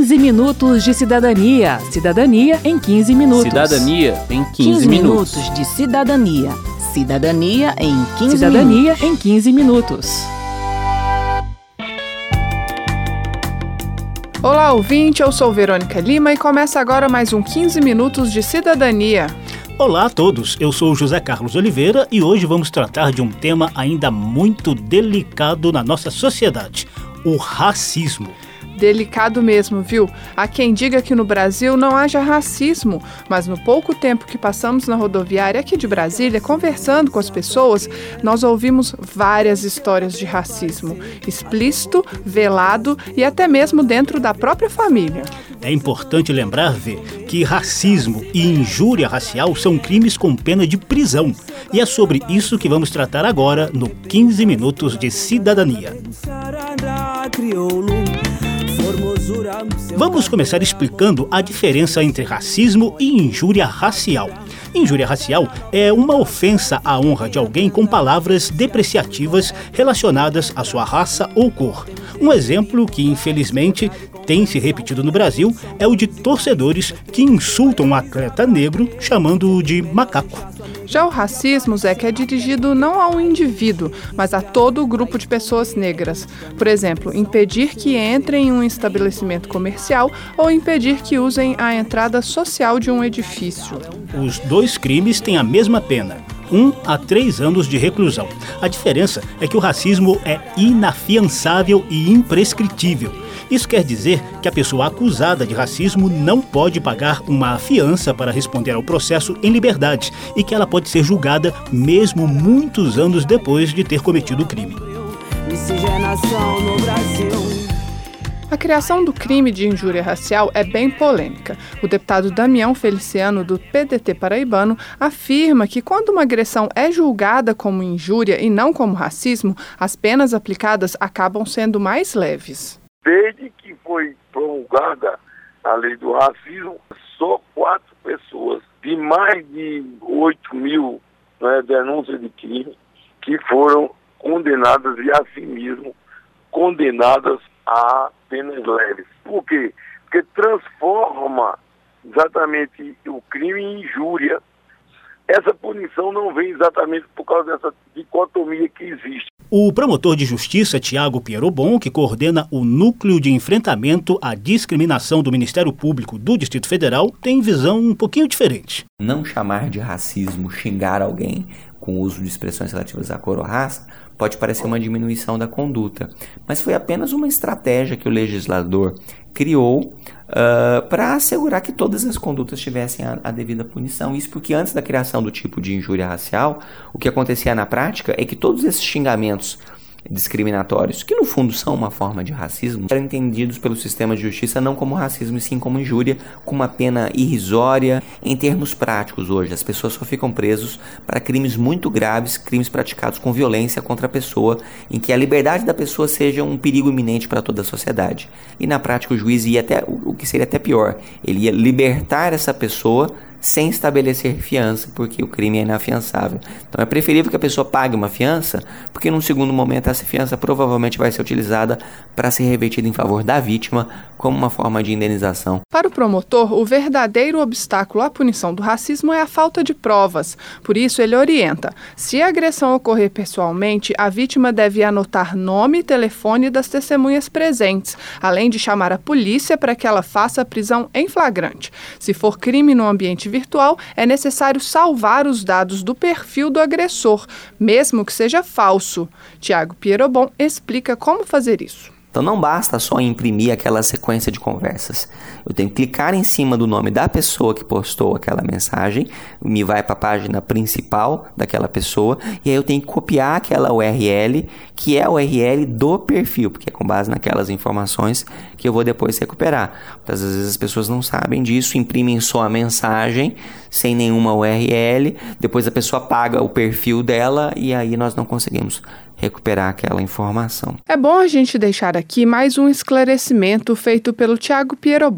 15 minutos de cidadania. Cidadania em 15 minutos. Cidadania em 15 minutos de cidadania. Cidadania em 15 Cidadania minutos. em 15 minutos. Olá, ouvinte, eu sou Verônica Lima e começa agora mais um 15 minutos de cidadania. Olá a todos, eu sou José Carlos Oliveira e hoje vamos tratar de um tema ainda muito delicado na nossa sociedade, o racismo. Delicado mesmo, viu? Há quem diga que no Brasil não haja racismo, mas no pouco tempo que passamos na rodoviária aqui de Brasília, conversando com as pessoas, nós ouvimos várias histórias de racismo, explícito, velado e até mesmo dentro da própria família. É importante lembrar, Vê, que racismo e injúria racial são crimes com pena de prisão. E é sobre isso que vamos tratar agora no 15 Minutos de Cidadania. Vamos começar explicando a diferença entre racismo e injúria racial. Injúria racial é uma ofensa à honra de alguém com palavras depreciativas relacionadas à sua raça ou cor. Um exemplo que, infelizmente, tem se repetido no Brasil é o de torcedores que insultam um atleta negro chamando-o de macaco. Já o racismo, Zé, que é dirigido não a um indivíduo, mas a todo o grupo de pessoas negras. Por exemplo, impedir que entrem em um estabelecimento comercial ou impedir que usem a entrada social de um edifício. Os dois crimes têm a mesma pena, 1 a 3 anos de reclusão. A diferença é que o racismo é inafiançável e imprescritível. Isso quer dizer que a pessoa acusada de racismo não pode pagar uma fiança para responder ao processo em liberdade e que ela pode ser julgada mesmo muitos anos depois de ter cometido o crime. A criação do crime de injúria racial é bem polêmica. O deputado Damião Feliciano, do PDT paraibano, afirma que quando uma agressão é julgada como injúria e não como racismo, as penas aplicadas acabam sendo mais leves. Desde que foi promulgada a lei do racismo, só 4 pessoas de mais de 8 mil denúncias de crime que foram condenadas e assim mesmo condenadas a penas leves. Por quê? Porque transforma exatamente o crime em injúria. Essa punição não vem exatamente por causa dessa dicotomia que existe. O promotor de justiça, Tiago Pierobon, que coordena o Núcleo de Enfrentamento à Discriminação do Ministério Público do Distrito Federal, tem visão um pouquinho diferente. Não chamar de racismo, xingar alguém com o uso de expressões relativas à cor ou raça, pode parecer uma diminuição da conduta, mas foi apenas uma estratégia que o legislador criou para assegurar que todas as condutas tivessem a devida punição. Isso porque antes da criação do tipo de injúria racial, o que acontecia na prática é que todos esses xingamentos discriminatórios, que no fundo são uma forma de racismo, eram entendidos pelo sistema de justiça não como racismo e sim como injúria, com uma pena irrisória. Em termos práticos hoje, as pessoas só ficam presos para crimes muito graves, crimes praticados com violência contra a pessoa, em que a liberdade da pessoa seja um perigo iminente para toda a sociedade. E na prática o juiz ia até, o que seria até pior, ele ia libertar essa pessoa sem estabelecer fiança, porque o crime é inafiançável. Então é preferível que a pessoa pague uma fiança, porque num segundo momento essa fiança provavelmente vai ser utilizada para ser revertida em favor da vítima como uma forma de indenização. Para o promotor, o verdadeiro obstáculo à punição do racismo é a falta de provas. Por isso, ele orienta: se a agressão ocorrer pessoalmente, a vítima deve anotar nome e telefone das testemunhas presentes, além de chamar a polícia para que ela faça a prisão em flagrante. Se for crime no ambiente virtual, é necessário salvar os dados do perfil do agressor, mesmo que seja falso. Tiago Pierobon explica como fazer isso. Então não basta só imprimir aquela sequência de conversas. Eu tenho que clicar em cima do nome da pessoa que postou aquela mensagem, me vai para a página principal daquela pessoa, e aí eu tenho que copiar aquela URL, que é a URL do perfil, porque é com base naquelas informações que eu vou depois recuperar. Muitas vezes as pessoas não sabem disso, imprimem só a mensagem, sem nenhuma URL, depois a pessoa apaga o perfil dela, e aí nós não conseguimos recuperar aquela informação. É bom a gente deixar aqui mais um esclarecimento feito pelo Tiago Pierobon.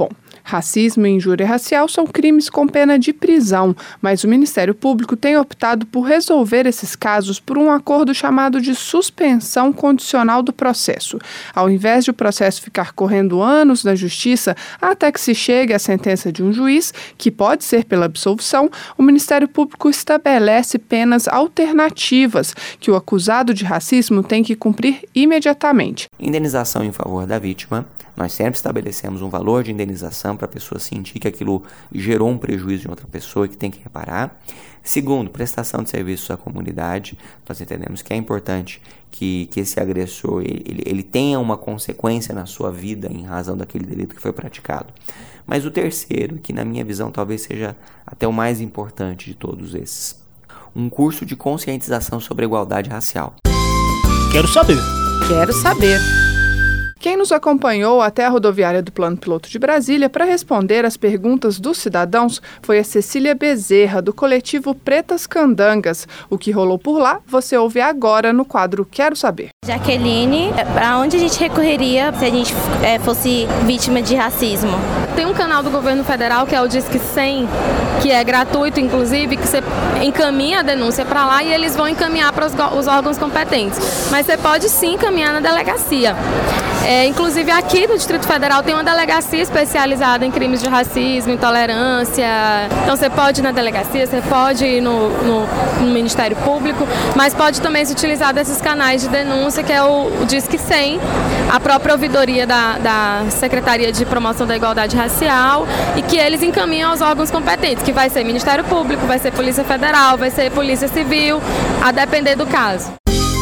Racismo e injúria racial são crimes com pena de prisão, mas o Ministério Público tem optado por resolver esses casos por um acordo chamado de suspensão condicional do processo. Ao invés de o processo ficar correndo anos na Justiça até que se chegue à sentença de um juiz, que pode ser pela absolvição, o Ministério Público estabelece penas alternativas que o acusado de racismo tem que cumprir imediatamente. Indenização em favor da vítima. Nós sempre estabelecemos um valor de indenização para a pessoa sentir que aquilo gerou um prejuízo de outra pessoa e que tem que reparar. Segundo, prestação de serviços à comunidade. Nós entendemos que é importante que esse agressor ele tenha uma consequência na sua vida em razão daquele delito que foi praticado. Mas o terceiro, que na minha visão talvez seja até o mais importante de todos esses, um curso de conscientização sobre a igualdade racial. Quero saber. Quero saber. Quem nos acompanhou até a rodoviária do Plano Piloto de Brasília para responder às perguntas dos cidadãos foi a Cecília Bezerra, do coletivo Pretas Candangas. O que rolou por lá, você ouve agora no quadro Quero Saber. Jaqueline, para onde a gente recorreria se a gente fosse vítima de racismo? Tem um canal do governo federal que é o Disque 100, que é gratuito, inclusive, que você encaminha a denúncia para lá e eles vão encaminhar para os órgãos competentes. Mas você pode sim encaminhar na delegacia. Inclusive aqui no Distrito Federal tem uma delegacia especializada em crimes de racismo, intolerância. Então você pode ir na delegacia, você pode ir no Ministério Público, mas pode também se utilizar desses canais de denúncia, que é o Disque 100, a própria ouvidoria da Secretaria de Promoção da Igualdade Racial, e que eles encaminham aos órgãos competentes, que vai ser Ministério Público, vai ser Polícia Federal, vai ser Polícia Civil, a depender do caso.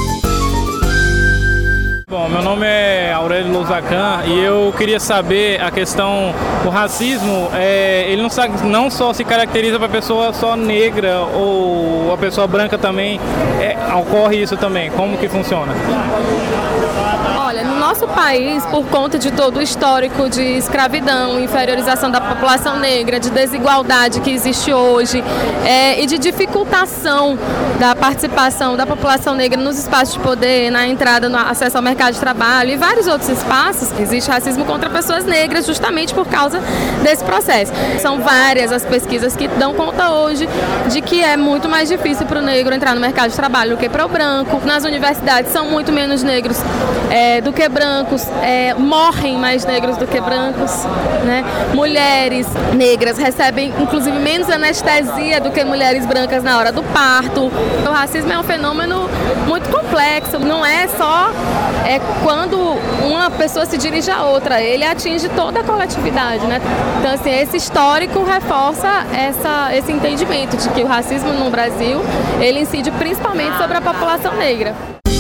Bom, meu nome é Aurélio Louzacan e eu queria saber a questão, o racismo, ele não só se caracteriza para a pessoa só negra ou a pessoa branca também, ocorre isso também, como que funciona? Olha, no nosso país, por conta de todo o histórico de escravidão, inferiorização da população negra, de desigualdade que existe hoje e de dificultação da participação da população negra nos espaços de poder, na entrada, no acesso ao mercado de trabalho e vários outros espaços, existe racismo contra pessoas negras justamente por causa desse processo. São várias as pesquisas que dão conta hoje de que é muito mais difícil para o negro entrar no mercado de trabalho do que para o branco. Nas universidades são muito menos negros do que brancos, morrem mais negros do que brancos, né? Mulheres negras recebem inclusive menos anestesia do que mulheres brancas na hora do parto. O racismo é um fenômeno muito complexo, não é só quando uma pessoa se dirige a outra, ele atinge toda a coletividade, né? Então, assim, esse histórico reforça esse entendimento de que o racismo no Brasil, ele incide principalmente sobre a população negra.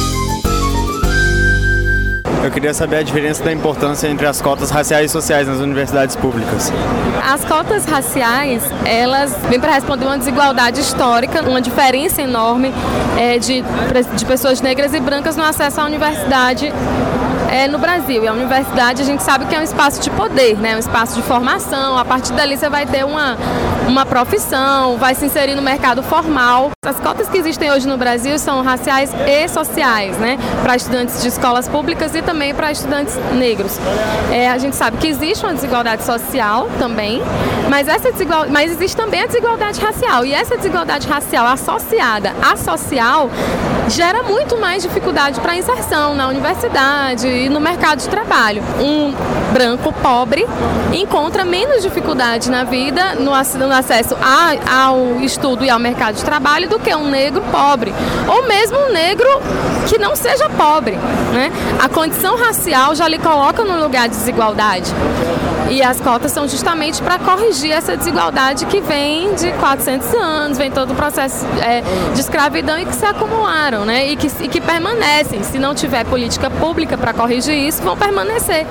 Eu queria saber a diferença da importância entre as cotas raciais e sociais nas universidades públicas. As cotas raciais, elas vêm para responder uma desigualdade histórica, uma diferença enorme de pessoas negras e brancas no acesso à universidade no Brasil. E a universidade, a gente sabe que é um espaço de poder, né? Um espaço de formação. A partir dali você vai ter uma profissão, vai se inserir no mercado formal. As cotas que existem hoje no Brasil são raciais e sociais, né? Para estudantes de escolas públicas e também para estudantes negros. A gente sabe que existe uma desigualdade social também, mas existe também a desigualdade racial. E essa desigualdade racial associada à social gera muito mais dificuldade para a inserção na universidade e no mercado de trabalho. Um branco pobre encontra menos dificuldade na vida, no acesso ao estudo e ao mercado de trabalho do que um negro pobre, ou mesmo um negro que não seja pobre, né? A condição racial já lhe coloca no lugar de desigualdade. E as cotas são justamente para corrigir essa desigualdade que vem de 400 anos, vem todo o processo de escravidão e que se acumularam, né? E que permanecem. Se não tiver política pública para corrigir isso, vão permanecer.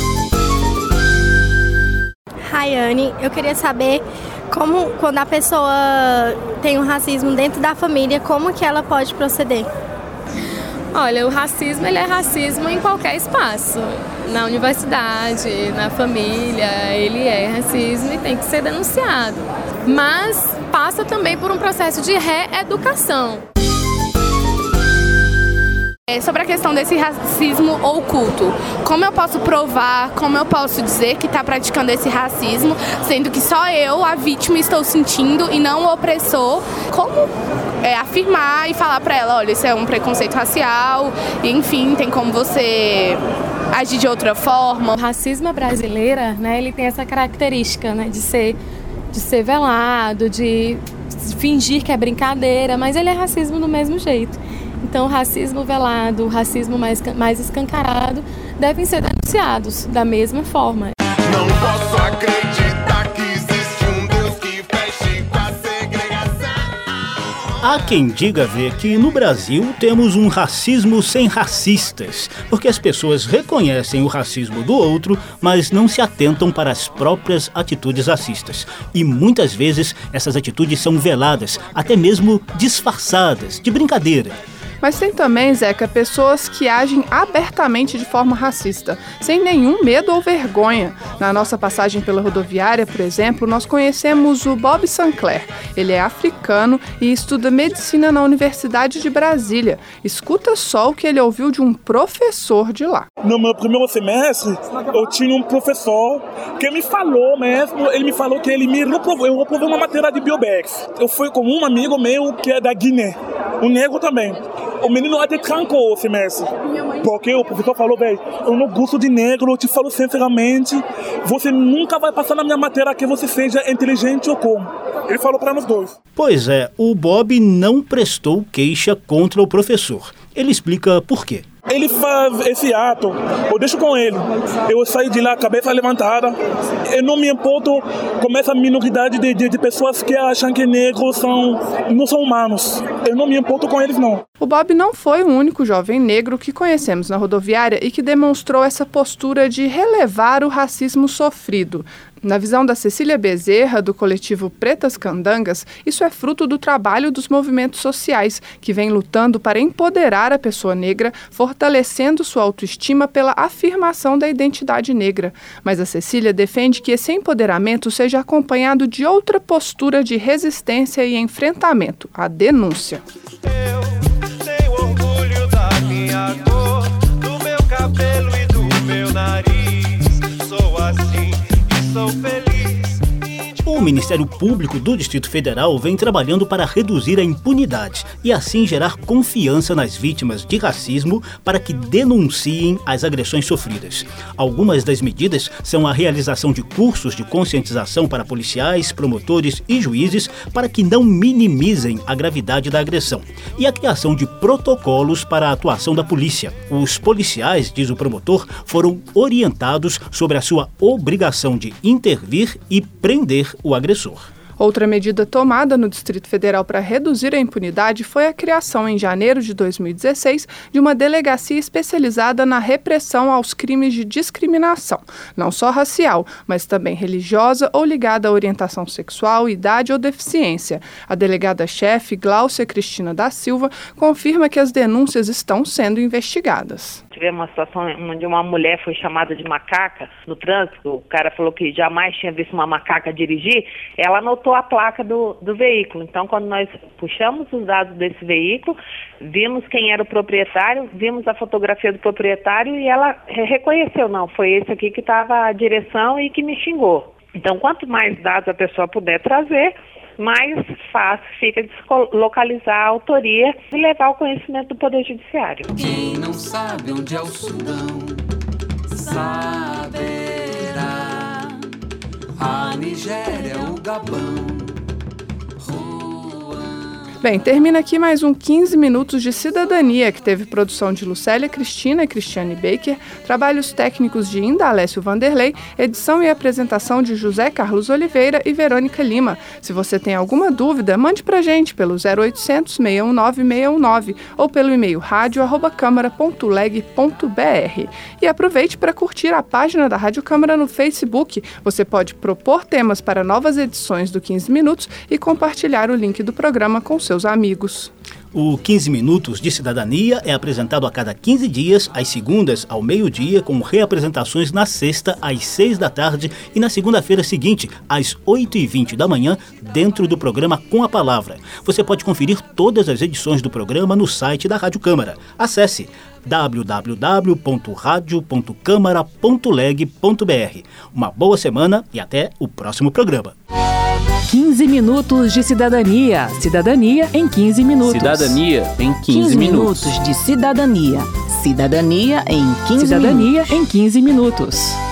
Rayane, eu queria saber como, quando a pessoa tem um racismo dentro da família, como que ela pode proceder? Olha, o racismo, ele é racismo em qualquer espaço. Na universidade, na família, ele é racismo e tem que ser denunciado. Mas passa também por um processo de reeducação. Sobre a questão desse racismo oculto, como eu posso provar, como eu posso dizer que está praticando esse racismo, sendo que só eu, a vítima, estou sentindo e não o opressor? Como afirmar e falar para ela, olha, isso é um preconceito racial, e, enfim, tem como você agir de outra forma? O racismo brasileiro, né, ele tem essa característica, né, de ser velado, de fingir que é brincadeira, mas ele é racismo do mesmo jeito. Então, o racismo velado, o racismo mais escancarado devem ser denunciados da mesma forma. Não posso acreditar que existe um Deus que feche com a segregação. Há quem diga ver que no Brasil temos um racismo sem racistas, porque as pessoas reconhecem o racismo do outro, mas não se atentam para as próprias atitudes racistas. E muitas vezes essas atitudes são veladas, até mesmo disfarçadas, de brincadeira. Mas tem também, Zeca, pessoas que agem abertamente de forma racista, sem nenhum medo ou vergonha. Na nossa passagem pela rodoviária, por exemplo, nós conhecemos o Bob Sinclair. Ele é africano e estuda medicina na Universidade de Brasília. Escuta só o que ele ouviu de um professor de lá. No meu primeiro semestre, eu tinha um professor que me falou mesmo, ele me falou que eu reprovei uma matéria de Biobex. Eu fui com um amigo meu que é da Guiné, um negro também. O menino até trancou o semestre, porque o professor falou, velho, eu não gosto de negro, eu te falo sinceramente, você nunca vai passar na minha matéria que você seja inteligente ou como. Ele falou para nós dois. Pois é, o Bob não prestou queixa contra o professor. Ele explica por quê. Ele faz esse ato, eu deixo com ele. Eu saio de lá, cabeça levantada. Eu não me importo com essa minoridade de pessoas que acham que negros não são humanos. Eu não me importo com eles, não. O Bob não foi o único jovem negro que conhecemos na rodoviária e que demonstrou essa postura de relevar o racismo sofrido. Na visão da Cecília Bezerra, do coletivo Pretas Candangas, isso é fruto do trabalho dos movimentos sociais, que vem lutando para empoderar a pessoa negra, fortalecendo sua autoestima pela afirmação da identidade negra. Mas a Cecília defende que esse empoderamento seja acompanhado de outra postura de resistência e enfrentamento, a denúncia. Eu tenho orgulho da minha cor, do meu cabelo e do meu nariz. Sou assim. Sou feliz. O Ministério Público do Distrito Federal vem trabalhando para reduzir a impunidade e assim gerar confiança nas vítimas de racismo para que denunciem as agressões sofridas. Algumas das medidas são a realização de cursos de conscientização para policiais, promotores e juízes para que não minimizem a gravidade da agressão e a criação de protocolos para a atuação da polícia. Os policiais, diz o promotor, foram orientados sobre a sua obrigação de intervir e prender o agressor. Outra medida tomada no Distrito Federal para reduzir a impunidade foi a criação, em janeiro de 2016, de uma delegacia especializada na repressão aos crimes de discriminação, não só racial, mas também religiosa ou ligada à orientação sexual, idade ou deficiência. A delegada-chefe, Gláucia Cristina da Silva, confirma que as denúncias estão sendo investigadas. Tivemos uma situação onde uma mulher foi chamada de macaca no trânsito, o cara falou que jamais tinha visto uma macaca dirigir, ela anotou a placa do veículo. Então, quando nós puxamos os dados desse veículo, vimos quem era o proprietário, vimos a fotografia do proprietário e ela reconheceu, não, foi esse aqui que estava a direção e que me xingou. Então, quanto mais dados a pessoa puder trazer, mais fácil fica de localizar a autoria e levar ao conhecimento do Poder Judiciário. Quem não sabe onde é o Sudão, saberá. A Nigéria, o Gabão. Bem, termina aqui mais um 15 Minutos de Cidadania, que teve produção de Lucélia Cristina e Cristiane Baker, trabalhos técnicos de Indalécio Vanderlei, edição e apresentação de José Carlos Oliveira e Verônica Lima. Se você tem alguma dúvida, mande pra gente pelo 0800 619 619 ou pelo e-mail radio@câmara.leg.br. E aproveite para curtir a página da Rádio Câmara no Facebook. Você pode propor temas para novas edições do 15 Minutos e compartilhar o link do programa com seus amigos. O 15 Minutos de Cidadania é apresentado a cada 15 dias, às segundas ao meio-dia, com reapresentações na sexta, às 6 da tarde e na segunda-feira seguinte, às 8h20 da manhã, dentro do programa Com a Palavra. Você pode conferir todas as edições do programa no site da Rádio Câmara. Acesse www.radio.câmara.leg.br. Uma boa semana e até o próximo programa. 15 minutos de cidadania. Cidadania em 15 minutos. Cidadania em 15 minutos de cidadania. Cidadania em 15 Cidadania minutos. em 15 minutos.